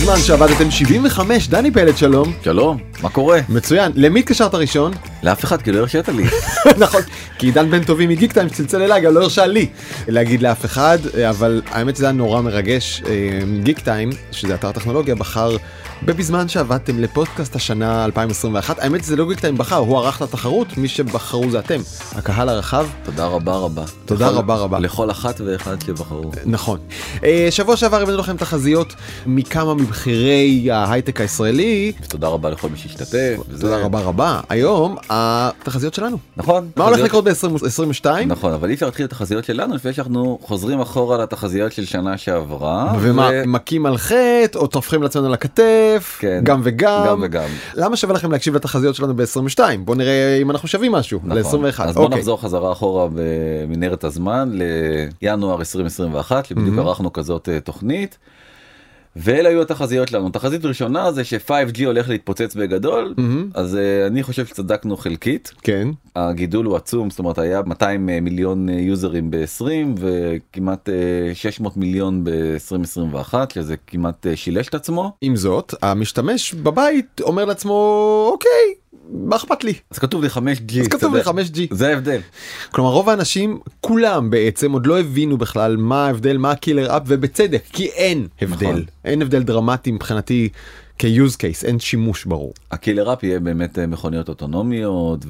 בזמן שעבדתם 75, דני פלד, שלום. שלום, מה קורה? מצוין. למי התקשרת ראשון? לאף אחד, כי לא הרשית לי. נכון, כי עידן בן טובי מגיק טיים שצלצל אליי, גם לא הרשה לי להגיד לאף אחד, אבל האמת שזה היה נורא מרגש. גיק טיים, שזה אתר טכנולוגיה, בחר בזמן שעבדתם לפודקאסט השנה 2021. האמת זה לא גיק טיים בחר, הוא ערך את התחרות, מי שבחרו זה אתם, הקהל הרחב. תודה רבה רבה. תודה רבה רבה. לכל אחת ואחד שבחרו. נכון. שבוע שעבר הבאנו לכם תחזיות מכמה מבחירי ההייטק הישראלי. תודה רבה לכל מי שהשתתף. תודה רבה רבה. היום התחזיות שלנו. נכון. מה הולך לקרות ב-2022? נכון, אבל אי אפשר להתחיל את התחזיות שלנו לפני שאנחנו חוזרים אחורה לתחזיות של שנה שעברה. ומה, מכים על חטא או טופחים לעצמנו על הכתף? כן. גם וגם. גם וגם. למה שווה לכם להקשיב לתחזיות שלנו ב-22? בוא נראה אם אנחנו שווים משהו. נכון. ל-21. אז בוא נחזור חזרה אחורה במנהרת הזמן לינואר 2021, שבדיוק ערכנו כזאת תוכנית. ואלה היו התחזיות שלנו. תחזית ראשונה זה ש-5G הולך להתפוצץ בגדול, אז אני חושב שצדקנו חלקית. כן. הגידול הוא עצום, זאת אומרת היה 200 מיליון יוזרים ב-20 וכמעט 600 מיליון ב-2021, שזה כמעט שילש את עצמו. עם זאת, המשתמש בבית אומר לעצמו, אוקיי, מה אכפת לי? אז כתוב לי 5G. אז כתוב לי 5G. זה ההבדל. כלומר, רוב האנשים, כולם בעצם עוד לא הבינו בכלל מה ההבדל, מה הקילר אפ, ובצדק, כי אין הבדל. נכון. אין הבדל דרמטי מבחינתי כ-use case, אין שימוש ברור. הקילר אפ יהיה באמת מכוניות אוטונומיות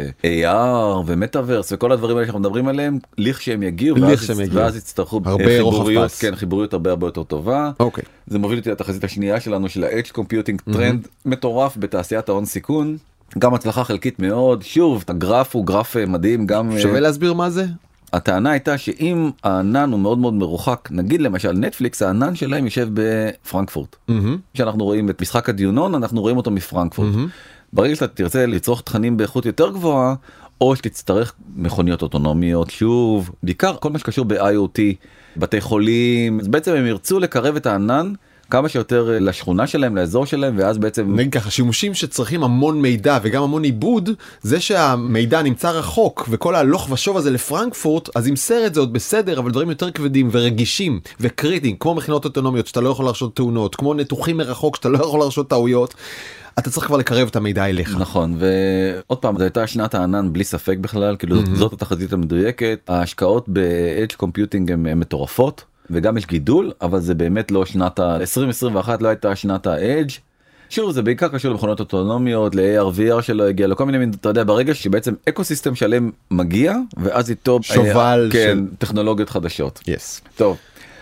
ו-AR ומטאברס וכל הדברים האלה שאנחנו מדברים עליהם, לכשהם יגיעו, ואז יצטרכו חיבוריות, כן, חיבוריות הרבה יותר טובה. אוקיי. זה מוביל אותי לתחזית השנייה שלנו של ה-Edge Computing טרנד מטורף בתעשיית ההון סיכון. גם הצלחה חלקית מאוד. שוב, הגרף הוא גרף מדהים. גם שווה להסביר מה זה? הטענה הייתה שאם הענן הוא מאוד מאוד מרוחק, נגיד למשל נטפליקס, הענן שלהם יושב בפרנקפורט. כשאנחנו רואים את משחק הדיונון, אנחנו רואים אותו מפרנקפורט. ברגע שאתה תרצה לצרוך תכנים באיכות יותר גבוהה, או שתצטרך מכוניות אוטונומיות, שוב, בעיקר כל מה שקשור ב-IoT, בתי חולים, אז בעצם הם ירצו לקרב את הענן, כמה שיותר לשכונה שלהם, לאזור שלהם, ואז בעצם... נגיד ככה, שימושים שצריכים המון מידע וגם המון עיבוד, זה שהמידע נמצא רחוק, וכל ההלוך ושוב הזה לפרנקפורט, אז עם סרט זה עוד בסדר, אבל דברים יותר כבדים ורגישים וקריטיים, כמו מכינות אוטונומיות שאתה לא יכול להרשות תאונות, כמו ניתוחים מרחוק שאתה לא יכול להרשות טעויות, אתה צריך כבר לקרב את המידע אליך. נכון, ועוד פעם, זו הייתה שנת הענן בלי ספק בכלל, כאילו זאת התחזית המדויקת, ההשקעות ב-Edge Computing הן מטורפות, וגם יש גידול, אבל זה באמת לא שנת ה-2021, לא הייתה שנת ה-Edge. שוב, זה בעיקר קשור למכונות אוטונומיות, ל-AR, VR שלא הגיע, לכל מיני, אתה יודע, ברגע שבעצם אקוסיסטם שלם מגיע, ואז איתו... שובל כן, טכנולוגיות חדשות. Yes. טוב.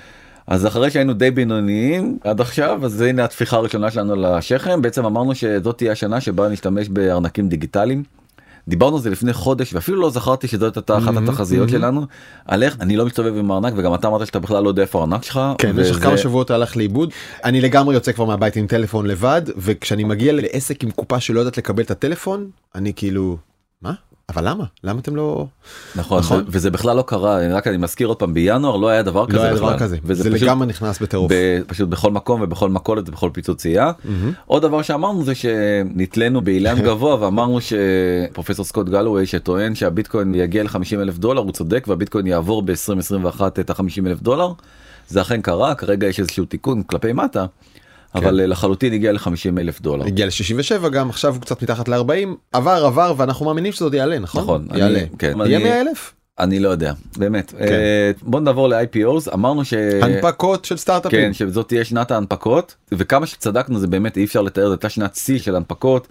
אז אחרי שהיינו די בינוניים עד עכשיו, אז הנה התפיחה הראשונה שלנו לשכם. בעצם אמרנו שזאת תהיה השנה שבה נשתמש בארנקים דיגיטליים. דיברנו על זה לפני חודש, ואפילו לא זכרתי שזאת הייתה אחת התחזיות שלנו. על איך אני לא מסתובב עם הארנק, וגם אתה אמרת שאתה בכלל לא יודע איפה הארנק שלך. כן, במשך כמה שבועות הלך לאיבוד. אני לגמרי יוצא כבר מהבית עם טלפון לבד, וכשאני מגיע לעסק עם קופה שלא יודעת לקבל את הטלפון, אני כאילו, מה? אבל למה? למה אתם לא... נכון, וזה בכלל לא קרה, רק אני מזכיר עוד פעם, בינואר לא היה דבר כזה. לא היה דבר כזה, זה לגמרי נכנס בטירוף. פשוט בכל מקום ובכל מכולת ובכל פיצוצייה. עוד דבר שאמרנו זה שנתלנו באילן גבוה, ואמרנו שפרופסור סקוט גלווי שטוען שהביטקוין יגיע ל$50,000, הוא צודק, והביטקוין יעבור ב-2021 את ה$50,000. זה אכן קרה, כרגע יש איזשהו תיקון כלפי מטה. אבל לחלוטין הגיע ל$50,000. הגיע ל-67 גם, עכשיו הוא קצת מתחת ל-40, עבר, ואנחנו מאמינים שזה יעלה, נכון? נכון. יעלה. יהיה 100,000? אני לא יודע, באמת. בוא נעבור ל-IPOs, אמרנו הנפקות של סטארט-אפים. כן, שזאת תהיה שנת ההנפקות, וכמה שצדקנו זה באמת אי אפשר לתאר, זאת הייתה שנת C של הנפקות,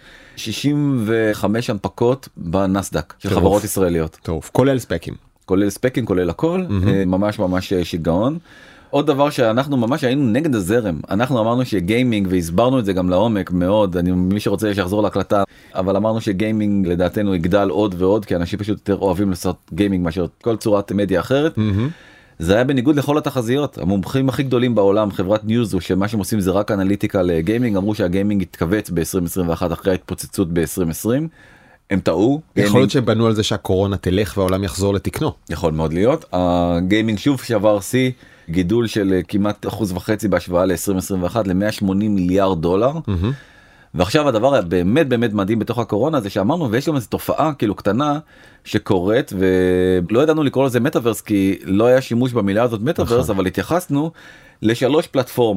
65 הנפקות בנסדק, של חברות ישראליות. טוב, כולל ספקים. כולל ספקים, כולל הכל, ממש ממש שיגעון. עוד דבר שאנחנו ממש היינו נגד הזרם, אנחנו אמרנו שגיימינג, והסברנו את זה גם לעומק מאוד, מי שרוצה שיחזור להקלטה, אבל אמרנו שגיימינג לדעתנו יגדל עוד ועוד, כי אנשים פשוט יותר אוהבים לעשות גיימינג מאשר כל צורת מדיה אחרת. זה היה בניגוד לכל התחזיות, המומחים הכי גדולים בעולם, חברת ניוזו, שמה שהם עושים זה רק אנליטיקה לגיימינג, אמרו שהגיימינג יתכווץ ב-2021 אחרי ההתפוצצות ב-2020. הם טעו. יכול להיות שבנו על זה שהקורונה תלך והעולם יחזור לתקנו. יכול מאוד להיות. הגיימינג שוב שעבר C, גידול של כמעט 1.5% בהשוואה ל-2021 ל$180 מיליארד. ועכשיו הדבר באמת באמת מדהים בתוך הקורונה זה שאמרנו, ויש גם איזו תופעה כאילו קטנה שקורית, ולא ידענו לקרוא לזה מטאברס כי לא היה שימוש במילה הזאת מטאברס, אבל התייחסנו לשלוש פלטפורמות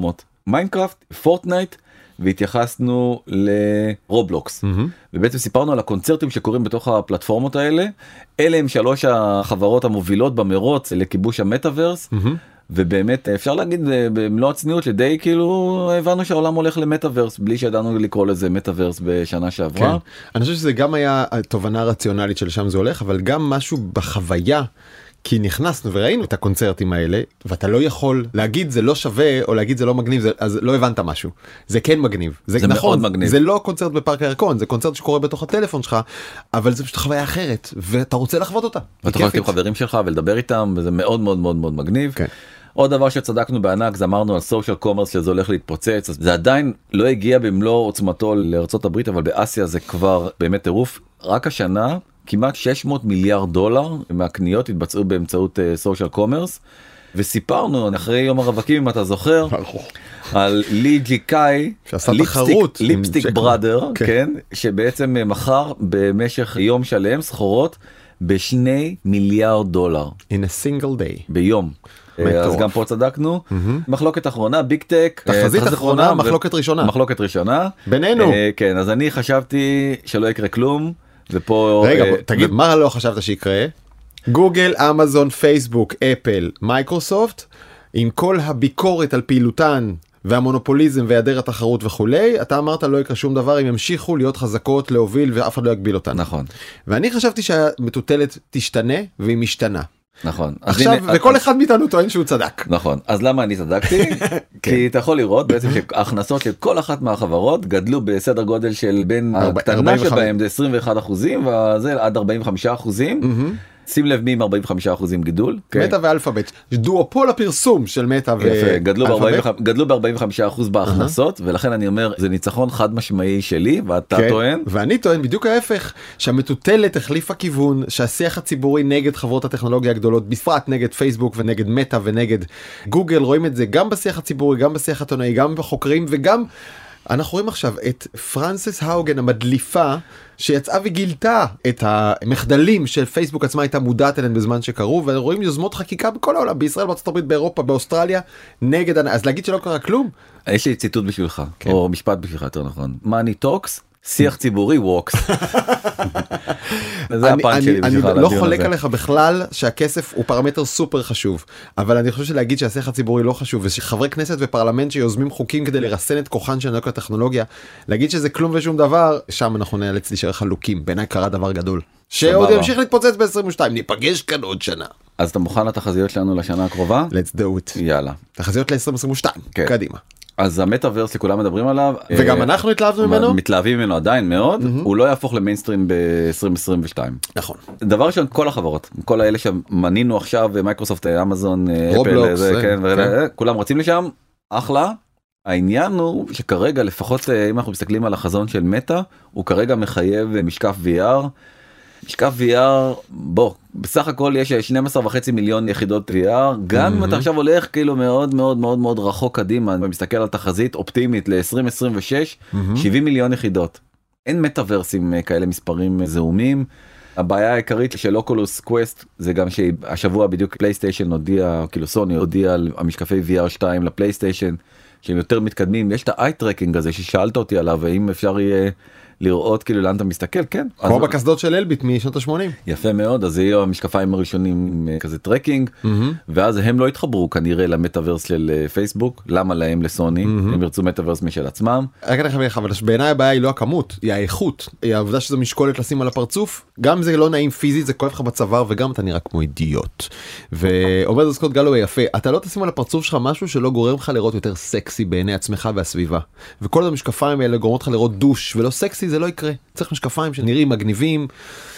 מיינקראפט, פורטנייט, והתייחסנו לרובלוקס. ובעצם סיפרנו על הקונצרטים שקורים בתוך הפלטפורמות האלה. אלה הם 3 החברות המובילות במרוץ לכיבוש המטאברס. ובאמת אפשר להגיד במלוא הצניעות שדי כאילו הבנו שהעולם הולך למטאברס בלי שידענו לקרוא לזה מטאברס בשנה שעברה. כן. אני חושב שזה גם היה תובנה רציונלית של שם זה הולך, אבל גם משהו בחוויה, כי נכנסנו וראינו את הקונצרטים האלה, ואתה לא יכול להגיד זה לא שווה או להגיד זה לא מגניב, אז לא הבנת משהו. זה כן מגניב. זה נכון, מאוד מגניב. זה לא קונצרט בפארק הירקון, זה קונצרט שקורה בתוך הטלפון שלך, אבל זה פשוט חוויה אחרת, ואתה רוצה לחוות אותה. ואתה יכול עם חברים שלך ולדבר איתם, וזה מאוד מאוד מאוד מאוד מגניב. כן. עוד דבר שצדקנו בענק, זה אמרנו על סושיאל קומרס שזה הולך להתפוצץ, זה עדיין לא הגיע במלוא עוצמתו לארצות הברית, אבל באסיה זה כבר באמת טירוף. רק השנה כמעט $600 מיליארד מהקניות התבצעו באמצעות סושיאל קומרס, וסיפרנו אחרי יום הרווקים אם אתה זוכר, על לי ג'י קאי, ליפסטיק בראדר, כן, שבעצם מכר במשך יום שלם סחורות $2 מיליארד. In a single day. ביום. אז גם פה צדקנו. מחלוקת אחרונה, ביג טק. תחזית אחרונה, מחלוקת ראשונה. מחלוקת ראשונה. בינינו. כן, אז אני חשבתי שלא יקרה כלום, ופה... רגע, תגיד, מה לא חשבת שיקרה? גוגל, אמזון, פייסבוק, אפל, מייקרוסופט, עם כל הביקורת על פעילותן והמונופוליזם והיעדר התחרות וכולי, אתה אמרת לא יקרה שום דבר, הם ימשיכו להיות חזקות, להוביל ואף אחד לא יגביל אותן. נכון. ואני חשבתי שהמטוטלת תשתנה והיא משתנה. נכון. עכשיו, וכל אחד מאיתנו טוען שהוא צדק. נכון. אז למה אני צדקתי? כי אתה יכול לראות בעצם שההכנסות של כל אחת מהחברות גדלו בסדר גודל של בין הקטנה שבהם זה 21% וזה עד 45%. שים לב מי עם 45% גידול. מטא ואלפאבית. דואופול הפרסום של מטא ואלפאבית. גדלו ב-45% בהכנסות, ולכן אני אומר, זה ניצחון חד משמעי שלי, ואתה טוען? ואני טוען בדיוק ההפך, שהמטוטלת החליפה כיוון, שהשיח הציבורי נגד חברות הטכנולוגיה הגדולות, בפרט נגד פייסבוק ונגד מטא ונגד גוגל, רואים את זה גם בשיח הציבורי, גם בשיח עיתונאי, גם בחוקרים, וגם אנחנו רואים עכשיו את פרנסס האוגן המדליפה שיצאה וגילתה את המחדלים של פייסבוק עצמה הייתה מודעת אליהן בזמן שקרו, ורואים יוזמות חקיקה בכל העולם, בישראל, בארצות הברית, באירופה, באוסטרליה, נגד, אז להגיד שלא קרה כלום? יש לי ציטוט בשבילך, או משפט בשבילך יותר נכון. Money talks, שיח ציבורי walks. זה הפאנץ' שלי בשבילך. אני לא חולק עליך בכלל שהכסף הוא פרמטר סופר חשוב, אבל אני חושב שלהגיד שהשיח הציבורי לא חשוב, ושחברי כנסת ופרלמנט שיוזמים חוקים כדי לרסן את כוחן של נקודת הטכנולוגיה, להגיד שזה כלום ושום דבר, שם אנחנו נאלץ להישאר חלוקים. בעיניי קרה דבר גדול. שעוד ימשיך להתפוצץ ב-22, ניפגש כאן עוד שנה. אז אתה מוכן לתחזיות שלנו לשנה הקרובה? Let's do it. יאללה. תחזיות ל-2022, קדימה. אז המטאברס שכולם מדברים עליו, וגם אנחנו התלהבנו ממנו, מתלהבים ממנו עדיין מאוד, הוא לא יהפוך למיינסטרים ב-2022. נכון. דבר ראשון, כל החברות, כל האלה שמנינו עכשיו, מייקרוסופט, אמזון, רובלוקס, כולם רצים לשם, אחלה. העניין הוא שכרגע לפחות אם אנחנו מסתכלים על החזון של מטא, הוא כרגע מחייב משקף VR. משקף VR, בוא, בסך הכל יש 12.5 מיליון יחידות VR, גם אם אתה עכשיו הולך כאילו מאוד מאוד מאוד מאוד רחוק קדימה, ומסתכל על תחזית אופטימית ל-2026, 70 מיליון יחידות. אין מטאברסים כאלה מספרים זהומים. הבעיה העיקרית של אוקולוס קווסט זה גם שהשבוע בדיוק פלייסטיישן הודיע, כאילו סוני הודיע על המשקפי VR 2 לפלייסטיישן, שהם יותר מתקדמים. יש את האי-טרקינג הזה ששאלת אותי עליו, האם אפשר יהיה לראות כאילו לאן אתה מסתכל, כן. כמו בקסדות של אלביט משנות ה-80. יפה מאוד, אז יהיו המשקפיים הראשונים עם כזה טרקינג, ואז הם לא יתחברו כנראה למטאברס של פייסבוק, למה להם לסוני, הם ירצו מטאברס משל עצמם. אבל בעיניי הבעיה היא לא הכמות, היא האיכות, היא העובדה שזו משקולת לשים על הפרצוף, גם זה לא נעים פיזית, זה כואב לך בצוואר, וגם אתה נראה כמו אידיוט. ואומר סקוט גלווי יפה, אתה לא תשים על הפרצוף שלך משהו שלא גורם לך לראות יותר סקסי בעיני עצמך והסביבה. וכל המשקפיים האלה גורמות לך לראות דוש ולא סקסי, זה לא יקרה. צריך משקפיים שנראים מגניבים.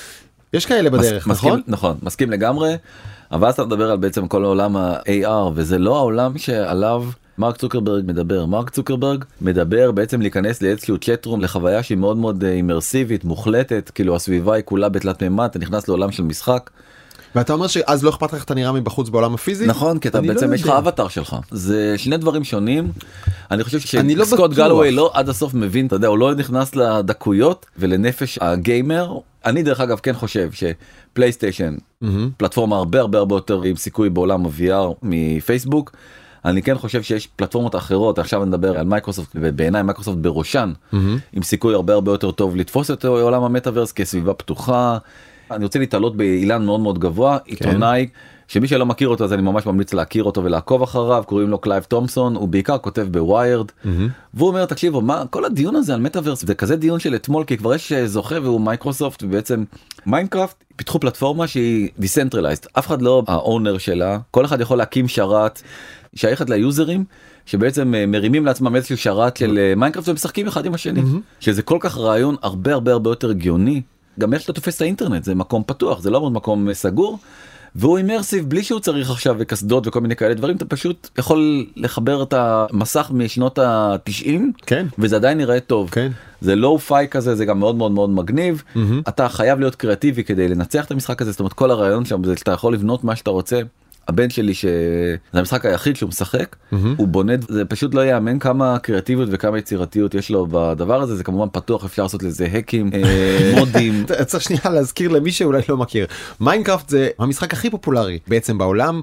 יש כאלה בדרך, נכון? נכון, מסכים לגמרי. אבל אז אתה מדבר על בעצם כל העולם ה-AR, וזה לא העולם שעליו מרק צוקרברג מדבר. מרק צוקרברג מדבר בעצם להיכנס לאיזשהו צ'טרום, לחוויה שהיא מאוד מאוד אימרסיבית, מוחלטת, כאילו הסביבה היא כולה בתלת מימד, אתה נכנס לעולם של משחק. ואתה אומר שאז לא אכפת לך אתה נראה מבחוץ בעולם הפיזי? נכון, כי אתה בעצם יש לך אבטר שלך. זה שני דברים שונים. אני חושב שסקוט גלווי לא עד הסוף מבין, אתה יודע, הוא לא נכנס לדקויות ולנפש הגיימר. אני דרך אגב כן חושב שפלייסטיישן, פלטפורמה הרבה הרבה הרבה יותר עם סיכוי בעולם ה-VR מפייסבוק. אני כן חושב שיש פלטפורמות אחרות, עכשיו אני מדבר על מייקרוסופט, ובעיניי מייקרוסופט בראשן, עם סיכוי הרבה הרבה יותר טוב לתפוס את עולם המטאברס כסביבה פתוחה. אני רוצה להתעלות באילן מאוד מאוד גבוה, עיתונאי, שמי שלא מכיר אותו אז אני ממש ממליץ להכיר אותו ולעקוב אחריו, קוראים לו קלייב תומפסון, הוא בעיקר כותב בוויירד, והוא אומר תקשיבו, מה כל הדיון הזה על מטאברס, זה כזה דיון של אתמול, כי כבר יש זוכה והוא מייקרוסופט, ובעצם מיינקראפט פיתחו פלטפורמה שהיא דיסנטרלייזד, אף אחד לא האונר שלה, כל אחד יכול להקים שרת, שייכת ליוזרים, שבעצם מרימים לעצמם איזשהו שרת של מיינקראפט ומשחקים אחד עם השני, שזה כל כך רעיון הרבה הרבה הרבה יותר הגיוני, גם איך שאתה תופס את האינטרנט, זה מקום פתוח, זה לא מקום סגור, והוא אימרסיב בלי שהוא צריך עכשיו קסדות וכל מיני כאלה דברים, אתה פשוט יכול לחבר את המסך משנות ה-90, כן. וזה עדיין נראה טוב. כן. זה לואו פיי כזה, זה גם מאוד מאוד מאוד מגניב, אתה חייב להיות קריאטיבי כדי לנצח את המשחק הזה, זאת אומרת כל הרעיון שם זה שאתה יכול לבנות מה שאתה רוצה. הבן שלי שזה המשחק היחיד שהוא משחק, הוא בונה, זה פשוט לא יאמן כמה קריאטיביות וכמה יצירתיות יש לו בדבר הזה, זה כמובן פתוח, אפשר לעשות לזה האקים, מודים. צריך שנייה להזכיר למי שאולי לא מכיר, מיינקראפט זה המשחק הכי פופולרי בעצם בעולם,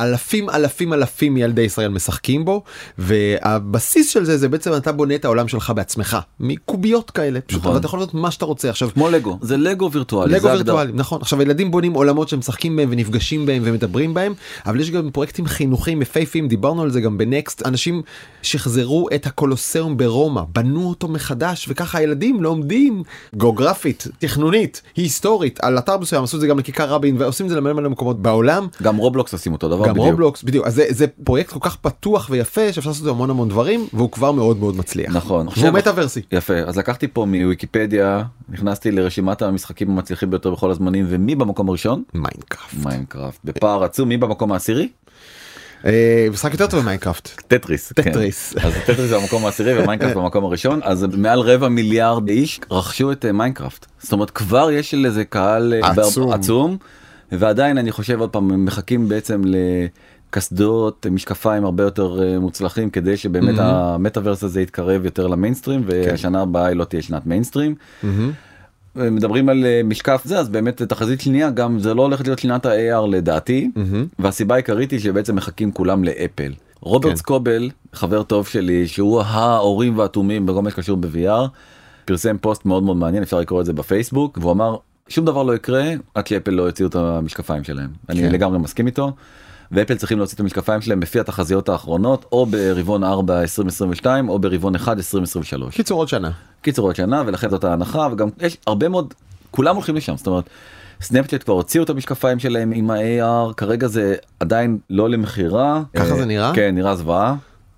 אלפים ילדי ישראל משחקים בו, והבסיס של זה בעצם אתה בונה את העולם שלך בעצמך, מקוביות כאלה, פשוט אתה יכול לעשות מה שאתה רוצה עכשיו. כמו לגו, זה לגו וירטואלי. לגו וירטואלי, נכון. עכשיו ילדים בונים עולמות שמשחקים בהם ונפגשים בהם ומדברים בהם, אבל יש גם פרויקטים חינוכיים יפהפיים, דיברנו על זה גם בנקסט, אנשים שחזרו את הקולוסיאום ברומא, בנו אותו מחדש, וככה הילדים לומדים גיאוגרפית, תכנונית, היסטורית, על אתר מסוים, עשו את זה גם לכיכר רבין, ועושים את זה למלא מקומות בעולם. גם רובלוקס עושים אותו דבר גם בדיוק. רובלוקס, בדיוק. אז זה פרויקט כל כך פתוח ויפה, שאפשר לעשות המון המון דברים, והוא כבר מאוד מאוד מצליח. נכון. והוא מטאברסי. יפה, אז לקחתי פה מוויקיפדיה, נכנסתי לרשימת המשחקים המצליחים ביותר בכל הזמנים, ומי במקום הראשון? מיינקראפט. בפער עצום, מי במקום העשירי? משחק יותר טוב במיינקראפט. טטריס. אז טטריס זה המקום העשירי ומיינקראפט במקום הראשון, אז מעל 250 מיליארד איש רכשו את מיינקראפט. זאת אומרת כבר יש לזה קהל עצום, ועדיין אני חושב עוד פעם מחכים בעצם לקסדות, משקפיים הרבה יותר מוצלחים, כדי שבאמת המטאברס הזה יתקרב יותר למיינסטרים, והשנה הבאה לא תהיה שנת מיינסטרים. מדברים על משקף זה, אז באמת תחזית שנייה, גם זה לא הולכת להיות שנת ה-AR לדעתי, והסיבה העיקרית היא שבעצם מחכים כולם לאפל. רוברט סקובל, חבר טוב שלי, שהוא ההורים והתומים בכל מה שקשור ב-VR, פרסם פוסט מאוד מאוד מעניין, אפשר לקרוא את זה בפייסבוק, והוא אמר, שום דבר לא יקרה עד שאפל לא יוציאו את המשקפיים שלהם. אני לגמרי מסכים איתו, ואפל צריכים להוציא את המשקפיים שלהם לפי התחזיות האחרונות, או ברבעון 4 2022, או ברבעון 1 2023. קיצור עוד שנה, ולכן זאת ההנחה, וגם יש הרבה מאוד, כולם הולכים לשם, זאת אומרת, סנאפצ'אט כבר הוציאו את המשקפיים שלהם עם ה-AR, כרגע זה עדיין לא למחירה. ככה זה נראה? כן, נראה זוועה.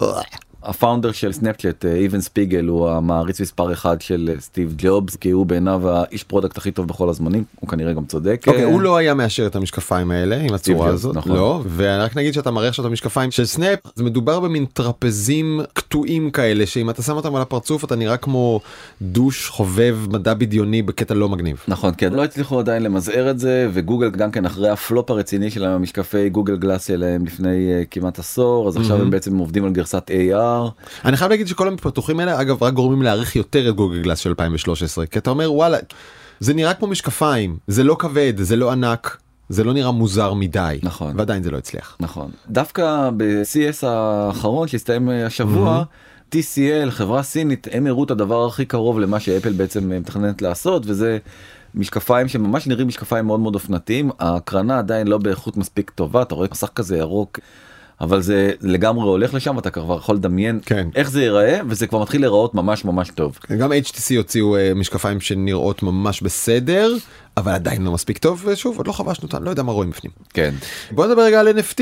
הפאונדר של סנאפצ'אט, איבן ספיגל, הוא המעריץ מספר אחד של סטיב ג'ובס, כי הוא בעיניו האיש פרודקט הכי טוב בכל הזמנים, הוא כנראה גם צודק. אוקיי, הוא לא היה מאשר את המשקפיים האלה עם הצורה הזאת, לא, ורק נגיד שאתה מראה שאת המשקפיים של סנאפ, זה מדובר במין טרפזים קטועים כאלה, שאם אתה שם אותם על הפרצוף, אתה נראה כמו דוש חובב מדע בדיוני בקטע לא מגניב. נכון, כי לא הצליחו עדיין למזער את זה, וגוגל גם כן אחרי הפלופ הרציני של המשקפי גוגל גלאס שלהם לפני כמעט עשור, אז עכשיו הם בעצם עובדים על גרסת AR. אני חייב להגיד שכל הפתוחים האלה אגב רק גורמים להעריך יותר את גוגל גלאס של 2013, כי אתה אומר וואלה, זה נראה כמו משקפיים, זה לא כבד, זה לא ענק, זה לא נראה מוזר מדי, נכון. ועדיין זה לא הצליח. נכון. דווקא ב-CS האחרון שהסתיים השבוע, TCL, חברה סינית, הם הראו את הדבר הכי קרוב למה שאפל בעצם מתכננת לעשות, וזה משקפיים שממש נראים משקפיים מאוד מאוד אופנתיים, ההקרנה עדיין לא באיכות מספיק טובה, אתה רואה מסך כזה ירוק, אבל זה לגמרי הולך לשם, אתה כבר יכול לדמיין איך זה ייראה, וזה כבר מתחיל להיראות ממש ממש טוב. גם HTC הוציאו משקפיים שנראות ממש בסדר, אבל עדיין לא מספיק טוב, ושוב, עוד לא חבשנו אותם, לא יודע מה רואים בפנים. כן. בוא נדבר רגע על NFT,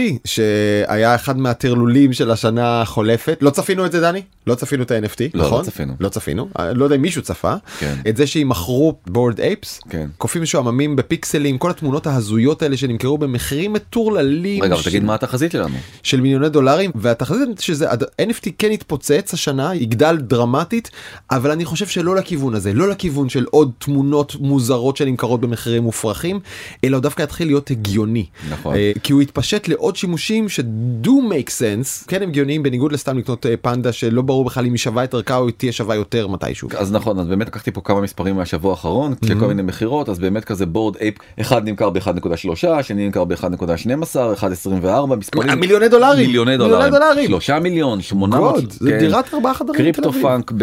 שהיה אחד מהטרלולים של השנה החולפת. לא צפינו את זה, דני? לא צפינו את ה-NFT, נכון? לא צפינו. לא צפינו. לא יודע אם מישהו צפה. את זה שימכרו בורד אייפס, קופים משועממים בפיקסלים, כל התמונות ההזויות האלה שנמכרו במחירים מטורללים. רגע, אבל תגיד מה התחזית שלנו? של מיליוני דולרים, והתחזית שזה, NFT כן יתפוצץ השנה, יגדל דרמטית, אבל אני חושב שלא לכיוון הזה, לא לכיוון של עוד תמונות מוזרות שנמכרות לעלות במחירים מופרכים, אלא הוא דווקא יתחיל להיות הגיוני. נכון. כי הוא יתפשט לעוד שימושים ש-do make sense, כן הם הגיוניים, בניגוד לסתם לקנות פנדה שלא ברור בכלל אם היא שווה את ערכה או היא תהיה שווה יותר מתישהו. אז נכון, אז באמת לקחתי פה כמה מספרים מהשבוע האחרון, כשכל מיני מחירות, אז באמת כזה בורד אייפ, אחד נמכר ב-1.3, השני נמכר ב-1.12, 1.24, מספרים... מיליוני דולרים. מיליוני דולרים. 3 מיליון, 800. גוד, זה דירת 4 חדרים בתל אביב. קריפטו פאנק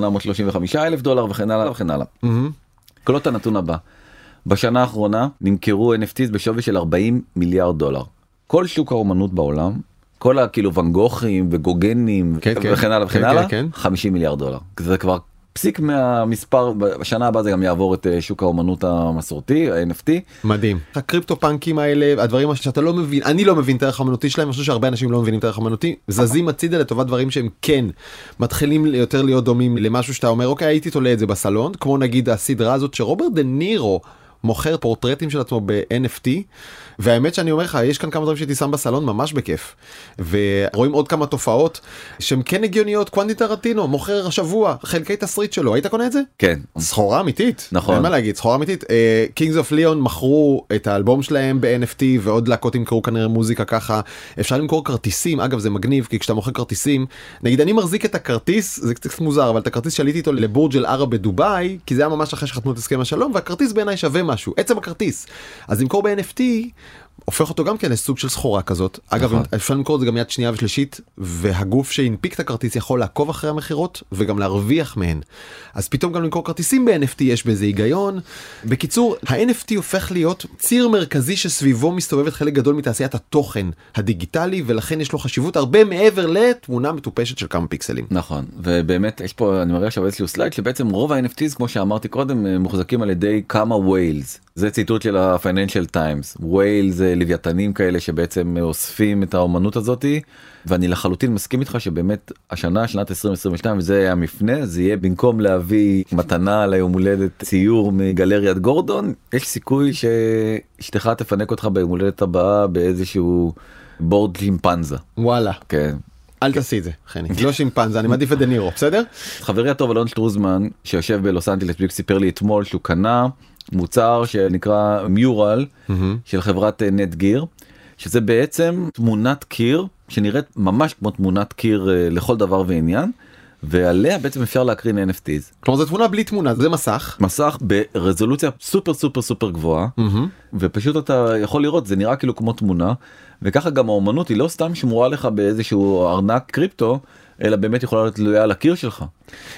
ב-$835,000 וכן הלאה וכן הלאה. קולות הנתון הבא. בשנה האחרונה נמכרו NFTs בשווי של $40 מיליארד. כל שוק האומנות בעולם, כל הכאילו ון גוחים וגוגנים וכן הלאה וכן הלאה, $50 מיליארד. זה כבר פסיק מהמספר, בשנה הבאה זה גם יעבור את שוק האומנות המסורתי, ה-NFT. מדהים. הקריפטו פאנקים האלה, הדברים שאתה לא מבין, אני לא מבין את הערך האמנותי שלהם, אני חושב שהרבה אנשים לא מבינים את הערך האמנותי, זזים הצידה לטובת דברים שהם כן מתחילים יותר להיות דומים למשהו שאתה אומר, אוקיי, הייתי תולה את זה בסלון, כמו נגיד הסדרה הזאת שרוברט דה נירו מוכר פורטרטים של עצמו ב-NFT, והאמת שאני אומר לך, יש כאן כמה דברים שהייתי שם בסלון ממש בכיף, ורואים עוד כמה תופעות שהן כן הגיוניות. קוונטין טרנטינו מוכר השבוע חלקי תסריט שלו, היית קונה את זה? כן. סחורה אמיתית. נכון. אין מה להגיד, סחורה אמיתית. Kings of Leon מכרו את האלבום שלהם ב-NFT, ועוד להקות ימכרו כנראה מוזיקה ככה. אפשר למכור כרטיסים, אגב זה מגניב, כי כשאתה מוכר כרטיסים, נגיד אני מחזיק את הכרטיס, זה קצת מוזר, אבל את הכרטיס שעליתי איתו לבורג' אל ערב בדובאי, כי זה היה ממש אחרי שחתמו את הסכם השלום, והכרטיס בעיניי שווה משהו, עצם הכרטיס. אז למכור ב-NFT הופך אותו גם כן לסוג של סחורה כזאת. אגב, אפשר למכור את זה גם יד שנייה ושלישית, והגוף שהנפיק את הכרטיס יכול לעקוב אחרי המחירות, וגם להרוויח מהן. אז פתאום גם למכור כרטיסים ב-NFT יש בזה היגיון. בקיצור, ה-NFT הופך להיות ציר מרכזי שסביבו מסתובבת חלק גדול מתעשיית התוכן הדיגיטלי, ולכן יש לו חשיבות הרבה מעבר לתמונה מטופשת של כמה פיקסלים. נכון, ובאמת יש פה, אני מראה עכשיו איזשהו סלייד, שבעצם רוב ה-NFTs, כמו שאמרתי קודם, מוחזקים על ידי כמה whales. זה ציטוט של ה-Financial Times. whales זה לוויתנים כאלה שבעצם אוספים את האומנות הזאת, ואני לחלוטין מסכים איתך שבאמת השנה, שנת 2022, וזה היה המפנה, זה יהיה במקום להביא מתנה ליום הולדת ציור מגלריית גורדון, יש סיכוי שאשתך תפנק אותך ביום הולדת הבאה באיזשהו בורד שימפנזה. וואלה. כן. אל תעשי את זה, חני. לא שימפנזה, אני מעדיף את דה נירו, בסדר? חברי הטוב אלון שטרוזמן, שיושב בלוס אנג'לס, סיפר לי אתמול שהוא קנה מוצר שנקרא מיורל של חברת נטגיר, שזה בעצם תמונת קיר שנראית ממש כמו תמונת קיר לכל דבר ועניין, ועליה בעצם אפשר להקרין NFTs. כלומר זו תמונה בלי תמונה, זה מסך. מסך ברזולוציה סופר סופר סופר גבוהה, ופשוט אתה יכול לראות, זה נראה כאילו כמו תמונה, וככה גם האומנות היא לא סתם שמורה לך באיזשהו ארנק קריפטו, אלא באמת יכולה להיות תלויה על הקיר שלך.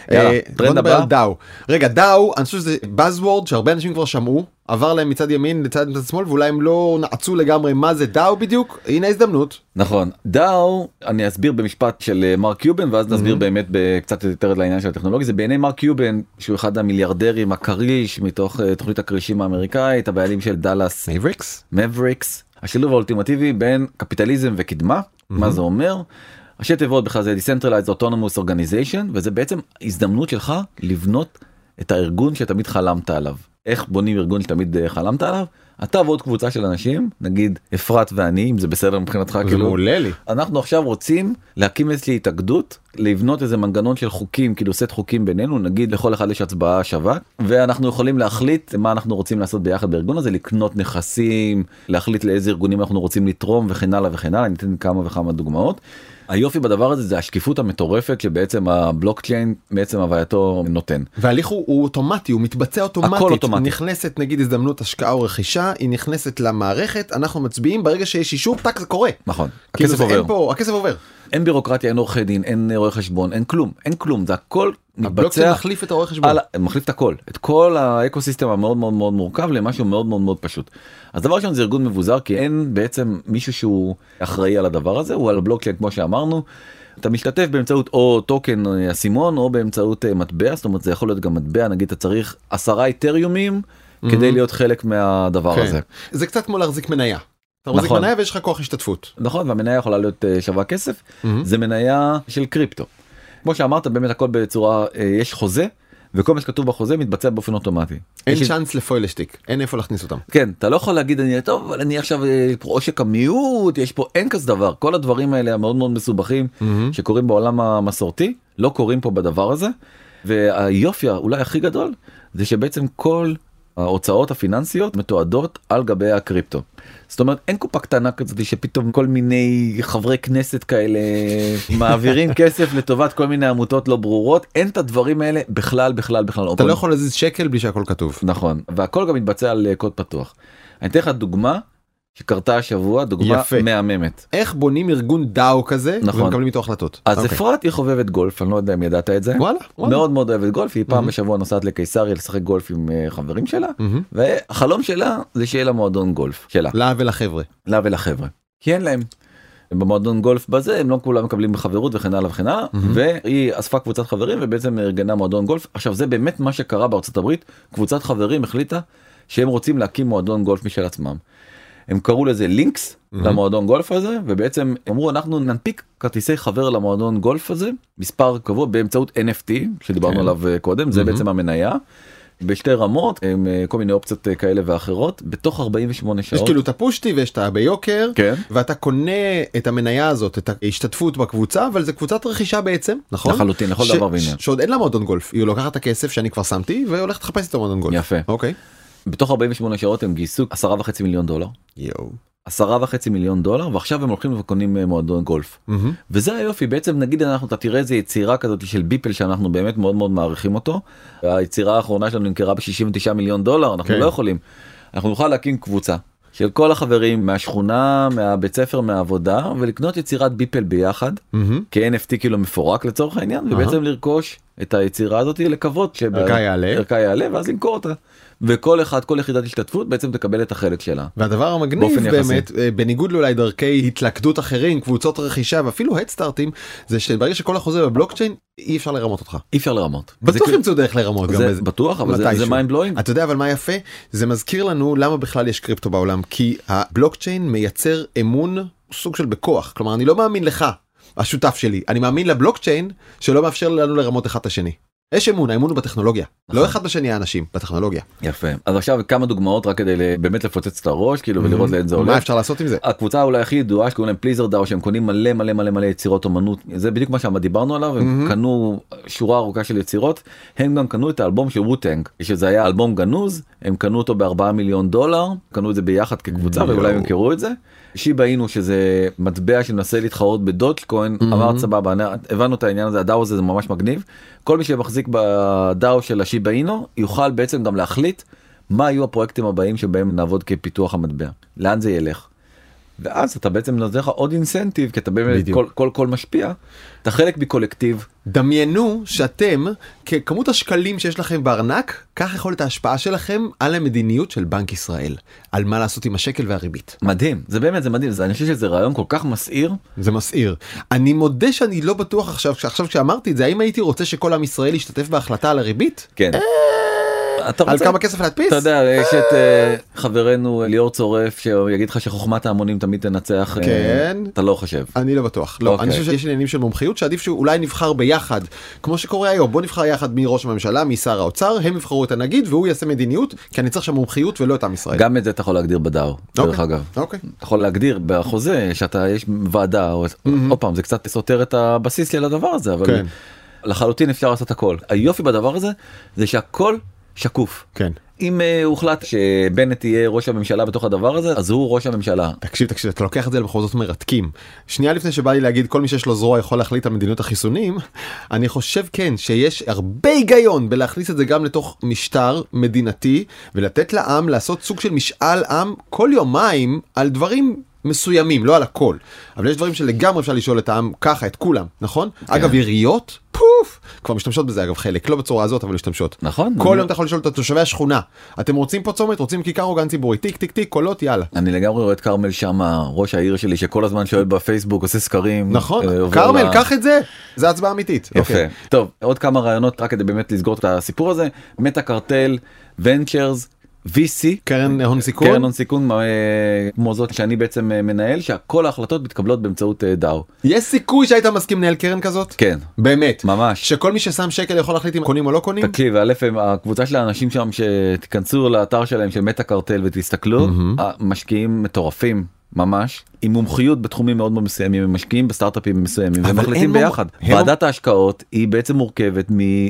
בוא נדבר על דאו. רגע, דאו, אני חושב שזה Buzzword שהרבה אנשים כבר שמעו, עבר להם מצד ימין לצד שמאל, ואולי הם לא נעצו לגמרי מה זה דאו בדיוק. הנה הזדמנות. נכון. דאו, אני אסביר במשפט של מרק קיובן, ואז נסביר באמת קצת יותר לעניין של הטכנולוגיה. זה בעיני מרק קיובן, שהוא אחד המיליארדרים הקריש מתוך תוכנית הקרישים האמריקאית, הבעלים של דאלאס מבריקס. השילוב האולטימטיבי בין קפיטליזם וקדמה. מה זה אומר? ראשי תיבות בכלל זה Decentralized Autonomous Organization, וזה בעצם הזדמנות שלך לבנות את הארגון שתמיד חלמת עליו. איך בונים ארגון שתמיד חלמת עליו? אתה ועוד קבוצה של אנשים, נגיד אפרת ואני, אם זה בסדר מבחינתך, זה מעולה לי. אנחנו עכשיו רוצים להקים איזושהי התאגדות, לבנות איזה מנגנון של חוקים, כאילו סט חוקים בינינו, נגיד לכל אחד יש הצבעה שווה, ואנחנו יכולים להחליט מה אנחנו רוצים לעשות ביחד בארגון הזה, לקנות נכסים, להחליט לאיזה ארגונים אנחנו רוצים לתרום וכן הלאה וכן הלאה, אני אתן כמה וכמה דוגמאות. היופי בדבר הזה זה השקיפות המטורפת שבעצם הבלוקצ'יין בעצם הווייתו נותן. וההליך הוא אוטומטי, הוא מתבצע אוטומטית. הכל אוטומטי. נכנסת נגיד הזדמנות השקעה או רכישה, היא נכנסת למערכת, אנחנו מצביעים, ברגע שיש אישור, טק זה קורה. נכון. הכסף עובר. הכסף עובר. אין בירוקרטיה, אין עורכי דין, אין רואי חשבון, אין כלום, אין כלום, זה הכל מתבצע. הבלוקצ'יין מחליף את הרואי חשבון. מחליף את הכל, את כל האקוסיסטם המאוד מאוד מאוד מורכב למשהו מאוד מאוד מאוד פשוט. אז דבר ראשון זה ארגון מבוזר, כי אין בעצם מישהו שהוא אחראי על הדבר הזה, הוא על הבלוקצ'יין כמו שאמרנו. אתה משתתף באמצעות או טוקן הסימון או באמצעות מטבע, זאת אומרת זה יכול להיות גם מטבע, נגיד אתה צריך 10 איתריומים כדי להיות חלק מהדבר הזה. זה קצת כמו להחזיק מניה. אתה מחזיק מניה ויש לך כוח השתתפות. נכון, והמניה יכולה להיות שווה כסף, זה מניה של קריפטו. כמו שאמרת, באמת הכל בצורה, יש חוזה, וכל מה שכתוב בחוזה מתבצע באופן אוטומטי. אין צ'אנס לפוילשטיק, אין איפה להכניס אותם. כן, אתה לא יכול להגיד, טוב, אבל אני עכשיו עושק המיעוט, יש פה, אין כזה דבר. כל הדברים האלה המאוד מאוד מסובכים, שקורים בעולם המסורתי, לא קורים פה בדבר הזה, והיופי אולי הכי גדול, זה שבעצם כל ההוצאות הפיננסיות מתועדות על גבי הקריפטו. זאת אומרת, אין קופה קטנה כזאת שפתאום כל מיני חברי כנסת כאלה מעבירים כסף לטובת כל מיני עמותות לא ברורות, אין את הדברים האלה בכלל. אתה לא יכול להזיז שקל בלי שהכל כתוב. נכון, והכל גם מתבצע על קוד פתוח. אני אתן לך דוגמה שקרתה השבוע, דוגמה מהממת. איך בונים ארגון דאו כזה, ומקבלים איתו החלטות. אז אפרת היא חובבת גולף, אני לא יודע אם ידעת את זה. וואלה. מאוד מאוד אוהבת גולף, היא פעם בשבוע נוסעת לקיסריה לשחק גולף עם חברים שלה, והחלום שלה זה שיהיה לה מועדון גולף שלה. לה ולחבר'ה. לה ולחבר'ה. כי אין להם. במועדון גולף בזה, הם לא כולם מקבלים בחברות וכן הלאה וכן הלאה, והיא אספה קבוצת חברים ובעצם ארגנה מועדון גולף. עכשיו זה באמת מה שקרה בארצות הברית, קבוצת חברים החליטה שהם רוצים להקים מועדון גולף משל עצמם. הם קראו לזה לינקס למועדון גולף הזה, ובעצם אמרו אנחנו ננפיק כרטיסי חבר למועדון גולף הזה, מספר קבוע באמצעות NFT, שדיברנו עליו קודם, זה בעצם המניה, בשתי רמות, עם כל מיני אופציות כאלה ואחרות, בתוך 48 שעות. יש כאילו את הפושטי ויש את ביוקר, ואתה קונה את המניה הזאת, את ההשתתפות בקבוצה, אבל זה קבוצת רכישה בעצם, נכון? לחלוטין, לכל דבר ועניין. שעוד אין לה מועדון גולף, היא לוקחת את הכסף שאני כבר שמתי, והולכת לחפש את המועדון גולף. יפה. אוקיי. בתוך 48 שעות הם גייסו 10.5 מיליון דולר. 10.5 מיליון דולר, ועכשיו הם הולכים וקונים מועדון גולף. וזה היופי, בעצם נגיד אתה תראה איזה יצירה כזאת של ביפל שאנחנו באמת מאוד מאוד מעריכים אותו. היצירה האחרונה שלנו נמכרה ב-69 מיליון דולר, אנחנו לא יכולים. אנחנו נוכל להקים קבוצה של כל החברים מהשכונה, מהבית ספר, מהעבודה, ולקנות יצירת ביפל ביחד, כ-NFT כאילו מפורק לצורך העניין, ובעצם לרכוש את היצירה הזאת לקוות שערכה יעלה, ואז למכור אותה. וכל אחד, כל יחידת השתתפות בעצם תקבל את החלק שלה. והדבר המגניב באמת, בניגוד לאולי דרכי התלכדות אחרים, קבוצות רכישה ואפילו הדסטארטים, זה שברגע שכל החוזה בבלוקצ'יין, אי אפשר לרמות אותך. אי אפשר לרמות. בטוח ימצאו דרך לרמות. זה בטוח, אבל זה mind blowing. אתה יודע אבל מה יפה? זה מזכיר לנו למה בכלל יש קריפטו בעולם, כי הבלוקצ'יין מייצר אמון סוג של בכוח. כלומר, אני לא מאמין לך, השותף שלי, אני מאמין לבלוקצ'יין שלא מאפשר לנו לרמות אחד את השני. יש אמון, האמון הוא בטכנולוגיה, לא אחד בשני האנשים, בטכנולוגיה. יפה. אז עכשיו כמה דוגמאות רק כדי באמת לפוצץ את הראש, כאילו, ולראות לאן זה הולך. מה אפשר לעשות עם זה? הקבוצה אולי הכי ידועה שקוראים להם פליזר דאו, שהם קונים מלא מלא מלא מלא יצירות אומנות, זה בדיוק מה שדיברנו עליו, הם קנו שורה ארוכה של יצירות, הם גם קנו את האלבום של ווטנג, שזה היה אלבום גנוז, הם קנו אותו ב$4 מיליון, קנו את זה ביחד כקבוצה, ואולי הם ימכרו את זה. שיבה אינו, שזה מטבע שמנסה להתחרות בדוטקוין, אמר סבבה, הבנו את העניין הזה, הדאו הזה זה ממש מגניב. כל מי שמחזיק בדאו של השיבה אינו, יוכל בעצם גם להחליט מה יהיו הפרויקטים הבאים שבהם נעבוד כפיתוח המטבע. לאן זה ילך. ואז אתה בעצם נוזר לך עוד אינסנטיב, כי אתה באמת כל משפיע, אתה חלק מקולקטיב. דמיינו שאתם, ככמות השקלים שיש לכם בארנק, כך יכול להיות ההשפעה שלכם על המדיניות של בנק ישראל, על מה לעשות עם השקל והריבית. מדהים, זה באמת, זה מדהים, אני חושב שזה רעיון כל כך מסעיר. זה מסעיר. אני מודה שאני לא בטוח עכשיו כשאמרתי את זה, האם הייתי רוצה שכל עם ישראל ישתתף בהחלטה על הריבית? כן. על כמה כסף להדפיס? אתה יודע, יש את חברנו ליאור צורף שיגיד לך שחוכמת ההמונים תמיד תנצח. כן. אתה לא חושב? אני לא בטוח. לא, אני חושב שיש עניינים של מומחיות שעדיף שאולי נבחר ביחד, כמו שקורה היום. בוא נבחר יחד מראש הממשלה, משר האוצר, הם יבחרו את הנגיד והוא יעשה מדיניות, כי אני צריך שם מומחיות ולא את עם ישראל. גם את זה אתה יכול להגדיר בדאו, דרך אגב. אוקיי. אתה יכול להגדיר בחוזה שאתה יש ועדה, או פעם זה קצת סותר את הבסיס של הדבר הזה, אבל לחלוטין אפשר לעשות הכל. היופי בדבר הזה זה שהכל שקוף. כן. אם הוחלט שבנט יהיה ראש הממשלה בתוך הדבר הזה, אז הוא ראש הממשלה. תקשיב, אתה לוקח את זה למחוזות מרתקים. שנייה לפני שבא לי להגיד כל מי שיש לו זרוע יכול להחליט על מדיניות החיסונים, אני חושב כן שיש הרבה היגיון בלהכניס את זה גם לתוך משטר מדינתי, ולתת לעם לעשות סוג של משאל עם כל יומיים על דברים מסוימים, לא על הכל. אבל יש דברים שלגמרי אפשר לשאול את העם ככה, את כולם, נכון? כן. אגב, עיריות, פוף, כבר משתמשות בזה, אגב, חלק, לא בצורה הזאת, אבל משתמשות. נכון. כל יום אתה יכול לשאול את תושבי השכונה, אתם רוצים פה צומת, רוצים כיכר או גן ציבורי, טיק, טיק, טיק, קולות, יאללה. אני לגמרי רואה את קרמל שמה, ראש העיר שלי, שכל הזמן שואל בפייסבוק, עושה סקרים. נכון, קרמל, קח את זה, זה הצבעה אמיתית. יפה. טוב, עוד כמה רעיונות, רק כדי באמת לסגור את הסיפור הזה. מטה קרטל, ונצ'רס, VC, קרן הון סיכון, קרן הון סיכון כמו זאת שאני בעצם מנהל, שכל ההחלטות מתקבלות באמצעות דאו. יש סיכוי שהיית מסכים לנהל קרן כזאת? כן. באמת? ממש. שכל מי ששם שקל יכול להחליט אם קונים או לא קונים? תקשיב, הקבוצה של האנשים שם שתיכנסו לאתר שלהם של מטה קרטל ותסתכלו, המשקיעים מטורפים, ממש, עם מומחיות בתחומים מאוד מאוד מסוימים, הם משקיעים בסטארט-אפים מסוימים, ומחליטים הם ביחד. ועדת ההשקעות היא בעצם מורכבת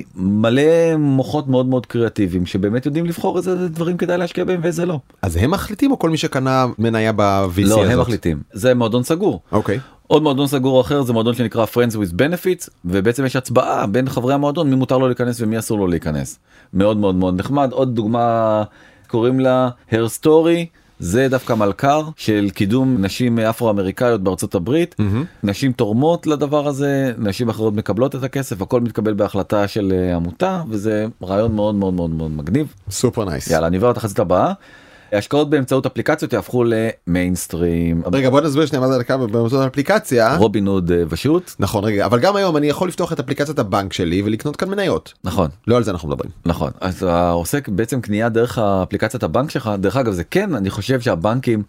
ממלא מוחות מאוד מאוד קריאטיביים, שבאמת יודעים לבחור איזה דברים כדאי להשקיע בהם ואיזה לא. אז הם מחליטים או כל מי שקנה מניה ב-VC הזאת? לא, הם מחליטים. זה מועדון סגור. אוקיי. עוד מועדון סגור אחר זה מועדון שנקרא Friends with Benefits, ובעצם יש הצבעה בין חברי המועדון, מי מותר לו להיכנס ומי אסור לו להיכנס. מאוד מאוד מאוד נחמד. עוד דוגמה, קוראים לה Her Story, זה דווקא מלכר של קידום נשים אפרו-אמריקאיות בארצות הברית. נשים תורמות לדבר הזה, נשים אחרות מקבלות את הכסף, הכל מתקבל בהחלטה של עמותה, וזה רעיון מאוד מאוד מאוד מאוד מגניב. סופר נייס. יאללה, אני עבר לתחזית הבאה. השקעות באמצעות אפליקציות יהפכו למיינסטרים. רגע, בוא נסביר שנייה מה זה דקה באמצעות אפליקציה. רובין-הוד ושוט. נכון, רגע, אבל גם היום אני יכול לפתוח את אפליקציית הבנק שלי ולקנות כאן מניות. נכון. לא על זה אנחנו מדברים. נכון. אז העוסק בעצם קנייה דרך אפליקציית הבנק שלך, דרך אגב זה כן, אני חושב שהבנקים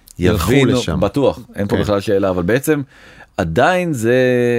יבינו, בטוח, אין פה בכלל שאלה, אבל בעצם עדיין זה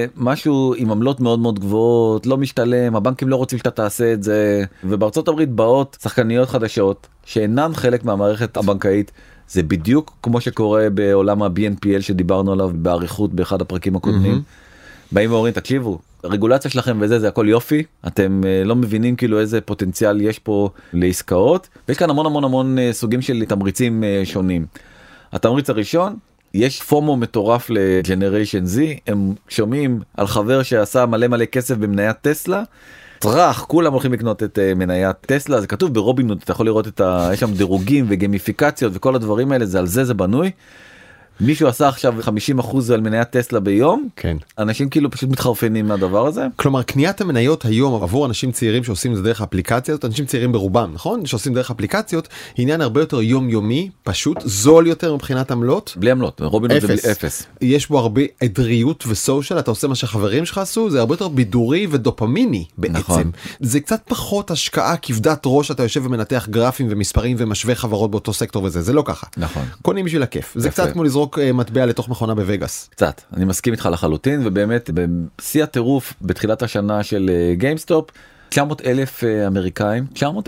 משהו עם עמלות מאוד מאוד גבוהות, לא משתלם, הבנקים לא רוצים שאתה תעשה את זה, ובארצות הברית באות שחקניות חדשות שאינן חלק מהמערכת הבנקאית, זה בדיוק כמו שקורה בעולם ה-BNPL שדיברנו עליו באריכות באחד הפרקים הקודמים. באים ואומרים, תקשיבו, הרגולציה שלכם וזה, זה הכל יופי, אתם לא מבינים כאילו איזה פוטנציאל יש פה לעסקאות, ויש כאן המון המון המון סוגים של תמריצים שונים. התמריץ הראשון, יש פומו מטורף לג'נריישן Z, הם שומעים על חבר שעשה מלא מלא כסף במניית טסלה, טרח, כולם הולכים לקנות את מניית טסלה, זה כתוב ברובינהוד, אתה יכול לראות יש שם דירוגים וגמיפיקציות וכל הדברים האלה, על זה בנוי. מישהו עשה עכשיו 50% על מניית טסלה ביום, כן. אנשים כאילו פשוט מתחרפנים מהדבר הזה. כלומר, קניית המניות היום עבור אנשים צעירים שעושים את זה דרך האפליקציות, אנשים צעירים ברובם, נכון? שעושים דרך אפליקציות, עניין הרבה יותר יומיומי, פשוט, זול יותר מבחינת עמלות. בלי עמלות, רובין זה בלי אפס. יש בו הרבה עדריות וסושיאל, אתה עושה מה שחברים שלך עשו, זה הרבה יותר בידורי ודופמיני בעצם. נכון. זה קצת פחות השקעה כבדת ראש, אתה יושב ומנתח גרפים ומספרים ומשווה חברות באותו סקטור וזה, זה לא ככה. נכון. קונים בשביל הכיף. זה קצת כמו לזרוק מטבע לתוך מכונה בווגאס. קצת, אני מסכים איתך לחלוטין, ובאמת בשיא הטירוף בתחילת השנה של גיימסטופ, 900,000 אמריקאים,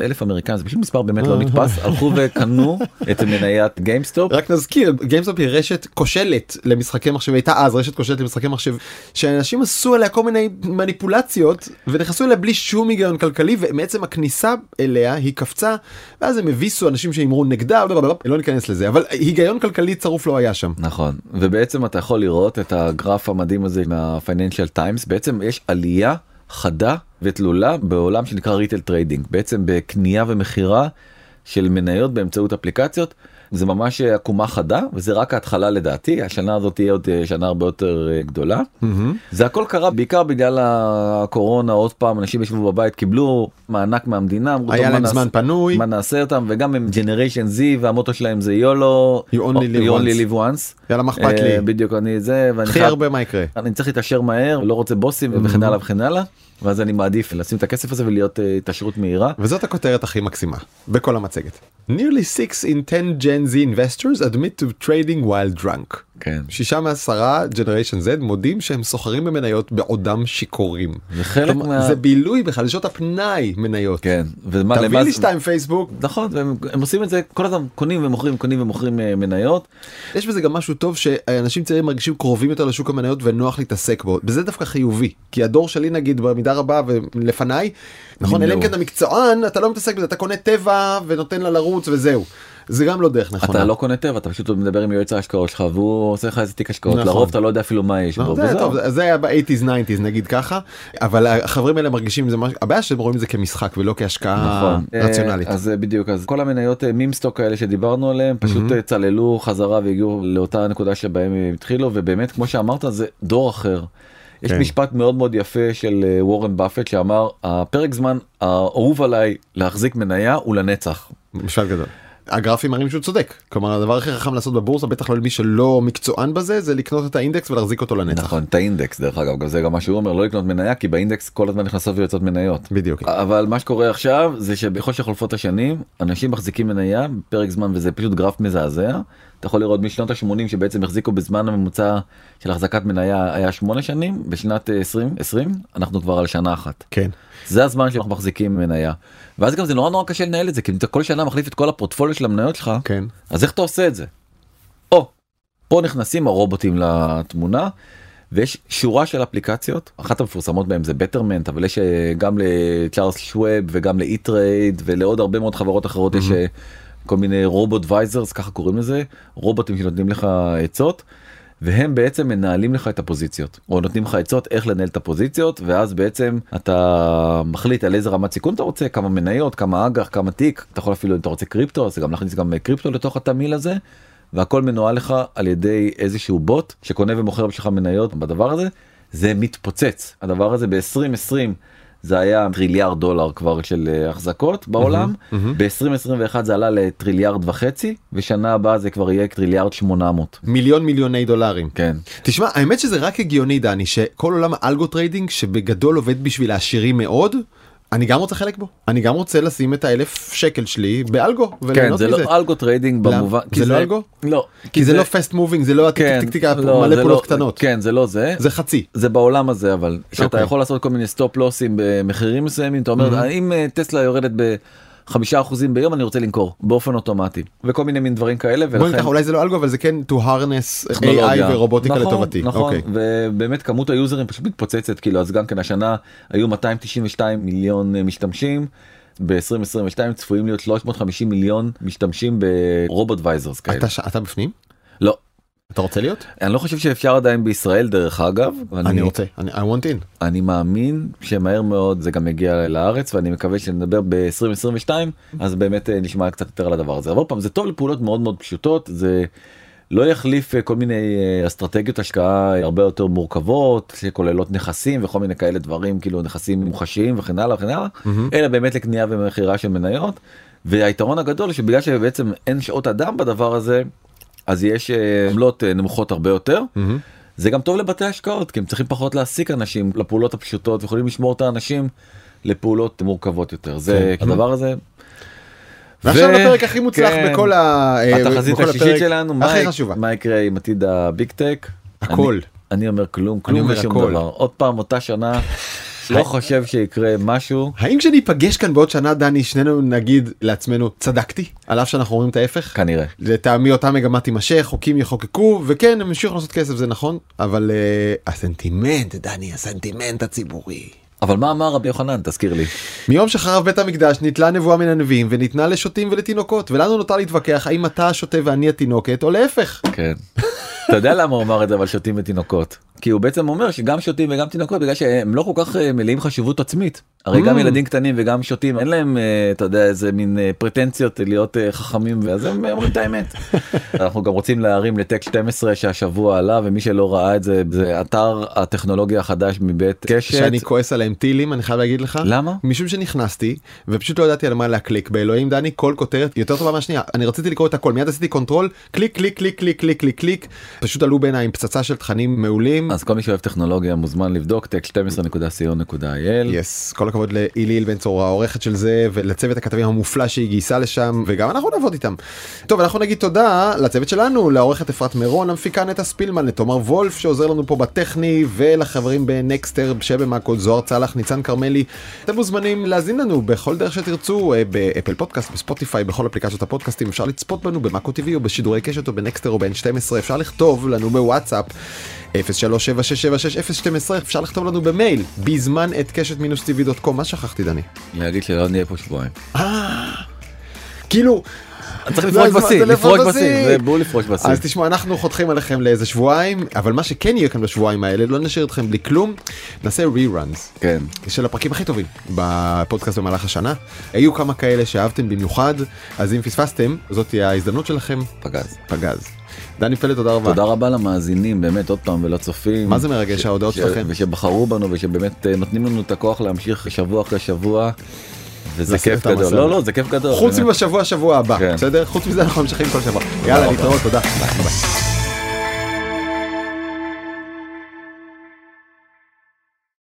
זה פשוט מספר באמת לא נתפס, הלכו וקנו את מניית גיימסטופ. רק נזכיר, גיימסטופ היא רשת כושלת למשחקי מחשב, הייתה אז רשת כושלת למשחקי מחשב, שאנשים עשו עליה כל מיני מניפולציות, ונכנסו אליה בלי שום היגיון כלכלי, ומעצם הכניסה אליה היא קפצה, ואז הם הביסו אנשים שאמרו נגדה, לא ניכנס לזה, אבל היגיון כלכלי צרוף לא היה שם. נכון, ובעצם אתה יכול לראות את הגרף המדהים הזה מה-Financial Times, בעצם יש עלייה חדה ותלולה בעולם שנקרא ריטל טריידינג, בעצם בקנייה ומחירה של מניות באמצעות אפליקציות, זה ממש עקומה חדה, וזה רק ההתחלה לדעתי, השנה הזאת תהיה עוד שנה הרבה יותר גדולה. זה הכל קרה בעיקר בגלל הקורונה, עוד פעם אנשים ישבו בבית, קיבלו מענק מהמדינה, היה להם זמן פנוי, מה נעשה אותם, וגם הם ג'נריישן Z, והמוטו שלהם זה YOLO, You only live once. יאללה, מה אכפת לי? בדיוק, אני זה, הכי הרבה מה יקרה. אני צריך להתעשר מהר, לא רוצה בוסים, וכן הלאה וכן הלאה. ואז אני מעדיף לשים את הכסף הזה ולהיות התעשרות מהירה. וזאת הכותרת הכי מקסימה בכל המצגת. Nearly 6 in 10 Gen Z investors admit to trading while drunk. כן. 6 מ10 Generation Z מודים שהם סוחרים במניות בעודם שיכורים. זה חלק זה בילוי בחדשות הפנאי מניות. כן. תביא לי 2 פייסבוק. נכון, הם עושים את זה כל הזמן, קונים ומוכרים מניות. יש בזה גם משהו טוב שאנשים צעירים מרגישים קרובים יותר לשוק המניות ונוח להתעסק בו. בזה דווקא חיובי. כי הדור שלי נגיד במידה רבה ולפניי, נכון, אלא אם כן המקצוען, אתה לא מתעסק בזה, אתה קונה טבע ונותן לה לרוץ וזהו. זה גם לא דרך נכונה. אתה לא קונה טבע, אתה פשוט מדבר עם יועץ ההשקעות שלך, והוא עושה לך איזה תיק השקעות, לרוב אתה לא יודע אפילו מה יש בו. זה היה ב-80s, 90s נגיד ככה, אבל החברים האלה מרגישים, הבעיה שהם רואים את זה כמשחק ולא כהשקעה רציונלית. אז בדיוק, אז כל המניות מימסטוק כאלה שדיברנו עליהם, פשוט צללו חזרה והגיעו לאותה הנקודה שבהם הם התחילו, ובאמת, כמו שאמרת, זה דור אחר. יש משפט מאוד מאוד יפה של וורן באפט שאמר, הפרק זמן האהוב עליי להחזיק מניה הוא לנצח. משפט גדול. הגרפים מראים שהוא צודק. כלומר, הדבר הכי חכם לעשות בבורסה, בטח לא למי שלא מקצוען בזה, זה לקנות את האינדקס ולהחזיק אותו לנצח. נכון, את האינדקס, דרך אגב, זה גם מה שהוא אומר, לא לקנות מניה, כי באינדקס כל הזמן נכנסות ויוצאות מניות. בדיוק. אבל מה שקורה עכשיו, זה שבכל שחולפות השנים, אנשים מחזיקים מניה בפרק זמן, וזה פשוט גרף מזעזע. אתה יכול לראות משנות ה-80 שבעצם החזיקו בזמן הממוצע של החזקת מניה היה 8 שנים, בשנת 2020 אנחנו כבר על שנה אחת. כן. זה הזמן שאנחנו מחזיקים מניה. ואז גם זה נורא נורא קשה לנהל את זה, כי אתה כל שנה מחליף את כל הפורטפוליו של המניות שלך, כן. אז איך אתה עושה את זה? פה נכנסים הרובוטים לתמונה, ויש שורה של אפליקציות, אחת המפורסמות בהם זה בטרמנט, אבל יש גם לצ'ארלס שווב וגם לאי-טרייד ולעוד הרבה מאוד חברות אחרות, יש כל מיני רובוט וייזרס, ככה קוראים לזה, רובוטים שנותנים לך עצות, והם בעצם מנהלים לך את הפוזיציות, או נותנים לך עצות איך לנהל את הפוזיציות, ואז בעצם אתה מחליט על איזה רמת סיכון אתה רוצה, כמה מניות, כמה אג"ח, כמה תיק, אתה יכול אפילו אם אתה רוצה קריפטו, אז גם להכניס גם קריפטו לתוך התמהיל הזה, והכל מנוהל לך על ידי איזשהו בוט שקונה ומוכר בשבילך מניות בדבר הזה. זה מתפוצץ. הדבר הזה ב-2020 זה היה $1 טריליארד כבר של החזקות בעולם. ב-2021 זה עלה ל1.5 טריליארד, ושנה הבאה זה כבר יהיה $1.8 טריליארד. מיליוני דולרים. כן. תשמע, האמת שזה רק הגיוני, דני, שכל עולם האלגו טריידינג שבגדול עובד בשביל העשירים מאוד, אני גם רוצה חלק בו. אני גם רוצה לשים את $1,000 שלי באלגו. כן, זה לא אלגו טריידינג במובן. זה לא אלגו? לא. כי זה לא fast moving, זה לא הטיקטיקה מלא פעולות קטנות. כן, זה לא זה. זה חצי. זה בעולם הזה, אבל שאתה יכול לעשות כל מיני סטופ לוסים במחירים מסוימים, אתה אומר, אם טסלה יורדת ב5% ביום, אני רוצה למכור באופן אוטומטי, וכל מיני מין דברים כאלה. בוא ניקח, אולי זה לא אלגו, אבל זה כן to harness AI ורובוטיקה לטובתי. נכון, ובאמת כמות היוזרים פשוט מתפוצצת, כאילו, אז גם כן השנה היו 292 מיליון משתמשים, ב-2022 צפויים להיות 350 מיליון משתמשים ברובוט וייזרס כאלה. אתה בפנים? לא. אתה רוצה להיות? אני לא חושב שאפשר עדיין בישראל דרך אגב. אני רוצה, I want in. אני מאמין שמהר מאוד זה גם מגיע לארץ, ואני מקווה שנדבר ב-2022, אז באמת נשמע קצת יותר על הדבר הזה. אבל פעם, זה טוב לפעולות מאוד מאוד פשוטות, זה לא יחליף כל מיני אסטרטגיות השקעה הרבה יותר מורכבות, שכוללות נכסים וכל מיני כאלה דברים, כאילו נכסים מוחשיים וכן הלאה וכן הלאה, אלא באמת לקנייה ומכירה של מניות. והיתרון הגדול שבגלל שבעצם אין שעות אדם בדבר הזה, אז יש עמלות נמוכות הרבה יותר. זה גם טוב לבתי השקעות, כי הם צריכים פחות להעסיק אנשים לפעולות הפשוטות, ויכולים לשמור את האנשים לפעולות מורכבות יותר. זה הדבר הזה. ועכשיו הפרק הכי מוצלח בכל התחזית השישית שלנו, הכי חשובה. מה יקרה עם עתיד הביג טק? הכל. אני אומר כלום ושום דבר. עוד פעם, אותה שנה, לא חושב שיקרה משהו. האם כשניפגש כאן בעוד שנה, דני, שנינו נגיד לעצמנו, צדקתי? על אף שאנחנו רואים את ההפך? כנראה. לטעמי אותה מגמה תימשך, חוקים יחוקקו, וכן, הם המשיכו לעשות כסף, זה נכון, אבל הסנטימנט, דני, הסנטימנט הציבורי. אבל מה אמר רבי יוחנן, תזכיר לי. מיום שחרב בית המקדש ניטלה נבואה מן הנביאים וניתנה לשוטים ולתינוקות, ולנו נותר להתווכח האם אתה השוטה ואני התינוקת או להפך. כן. אתה יודע למה הוא אמר את זה על שוטים ותינוקות? כי הוא בעצם אומר שגם שוטים וגם תינוקות, בגלל שהם לא כל כך מלאים חשיבות עצמית. הרי גם ילדים קטנים וגם שוטים, אין להם, אתה יודע, איזה מין פרטנציות להיות חכמים, ואז הם אומרים את האמת. אנחנו גם רוצים להרים לטק 12 שהשבוע עלה, ומי שלא ראה את זה, זה אתר הטכנולוגיה החדש מבית קשת. שאני כועס עליהם טילים, אני חייב להגיד לך. למה? משום שנכנסתי, ופשוט לא ידעתי על מה להקליק. באלוהים, דני, כל כותרת יותר טובה מהשנייה. אני רציתי לקרוא את הכל, מיד עשיתי קונטרול, קליק, קליק, קליק, קליק, קליק, קליק, קליק. פשוט עלו בעיניים פצצה של תכנים מעולים. אז כל מי שאוהב טכנולוגיה מוזמן לבדוק tech12.co.il. Yes, כל הכבוד לאיליל בן צור, העורכת של זה, ולצוות הכתבים המופלא שהיא גייסה לשם, וגם אנחנו נעבוד איתם. טוב, אנחנו נגיד תודה לצוות שלנו, לעורכת אפרת מירון, המפיקה נטע ספילמן, לתומר וולף שעוזר לנו פה בטכני, ולחברים בנקסטר, שבמאקו, זוהר צלח, ניצן קרמלי. אתם מוזמנים להזין לנו בכל דרך שתרצו, באפל פודקאסט, בספוטיפיי, בכל אפליקציות הפודקאסטים. אפשר לצפות בנו במאקו TV או בשידורי קשת או בנקסטר או ב-N12. אפשר לכתוב לנו בוואטסאפ 0376766012. אפשר לכתוב לנו במייל bizman@keshet-tv.com. מה שכחתי, דני? להגיד שלא נהיה פה שבועיים. כאילו צריך לפרוש בסין, זה בול לפרוש בסין. אז תשמעו, אנחנו חותכים עליכם לאיזה שבועיים, אבל מה שכן יהיה כאן בשבועיים האלה, לא נשאיר אתכם בלי כלום, נעשה reruns. כן. של הפרקים הכי טובים בפודקאסט במהלך השנה. היו כמה כאלה שאהבתם במיוחד, אז אם פספסתם, זאת תהיה ההזדמנות שלכם. פגז. דני פלד, תודה רבה. תודה רבה למאזינים, באמת עוד פעם ולא צופים. מה זה מרגש ההודעות שלכם? ושבחרו בנו ושבאמת נותנים לנו את הכוח להמשיך שבוע אחרי שבוע. וזה כיף גדול. לא, זה כיף גדול. חוץ מבשבוע הבא, בסדר? חוץ מזה אנחנו ממשיכים כל שבוע. יאללה, להתראות, תודה. ביי.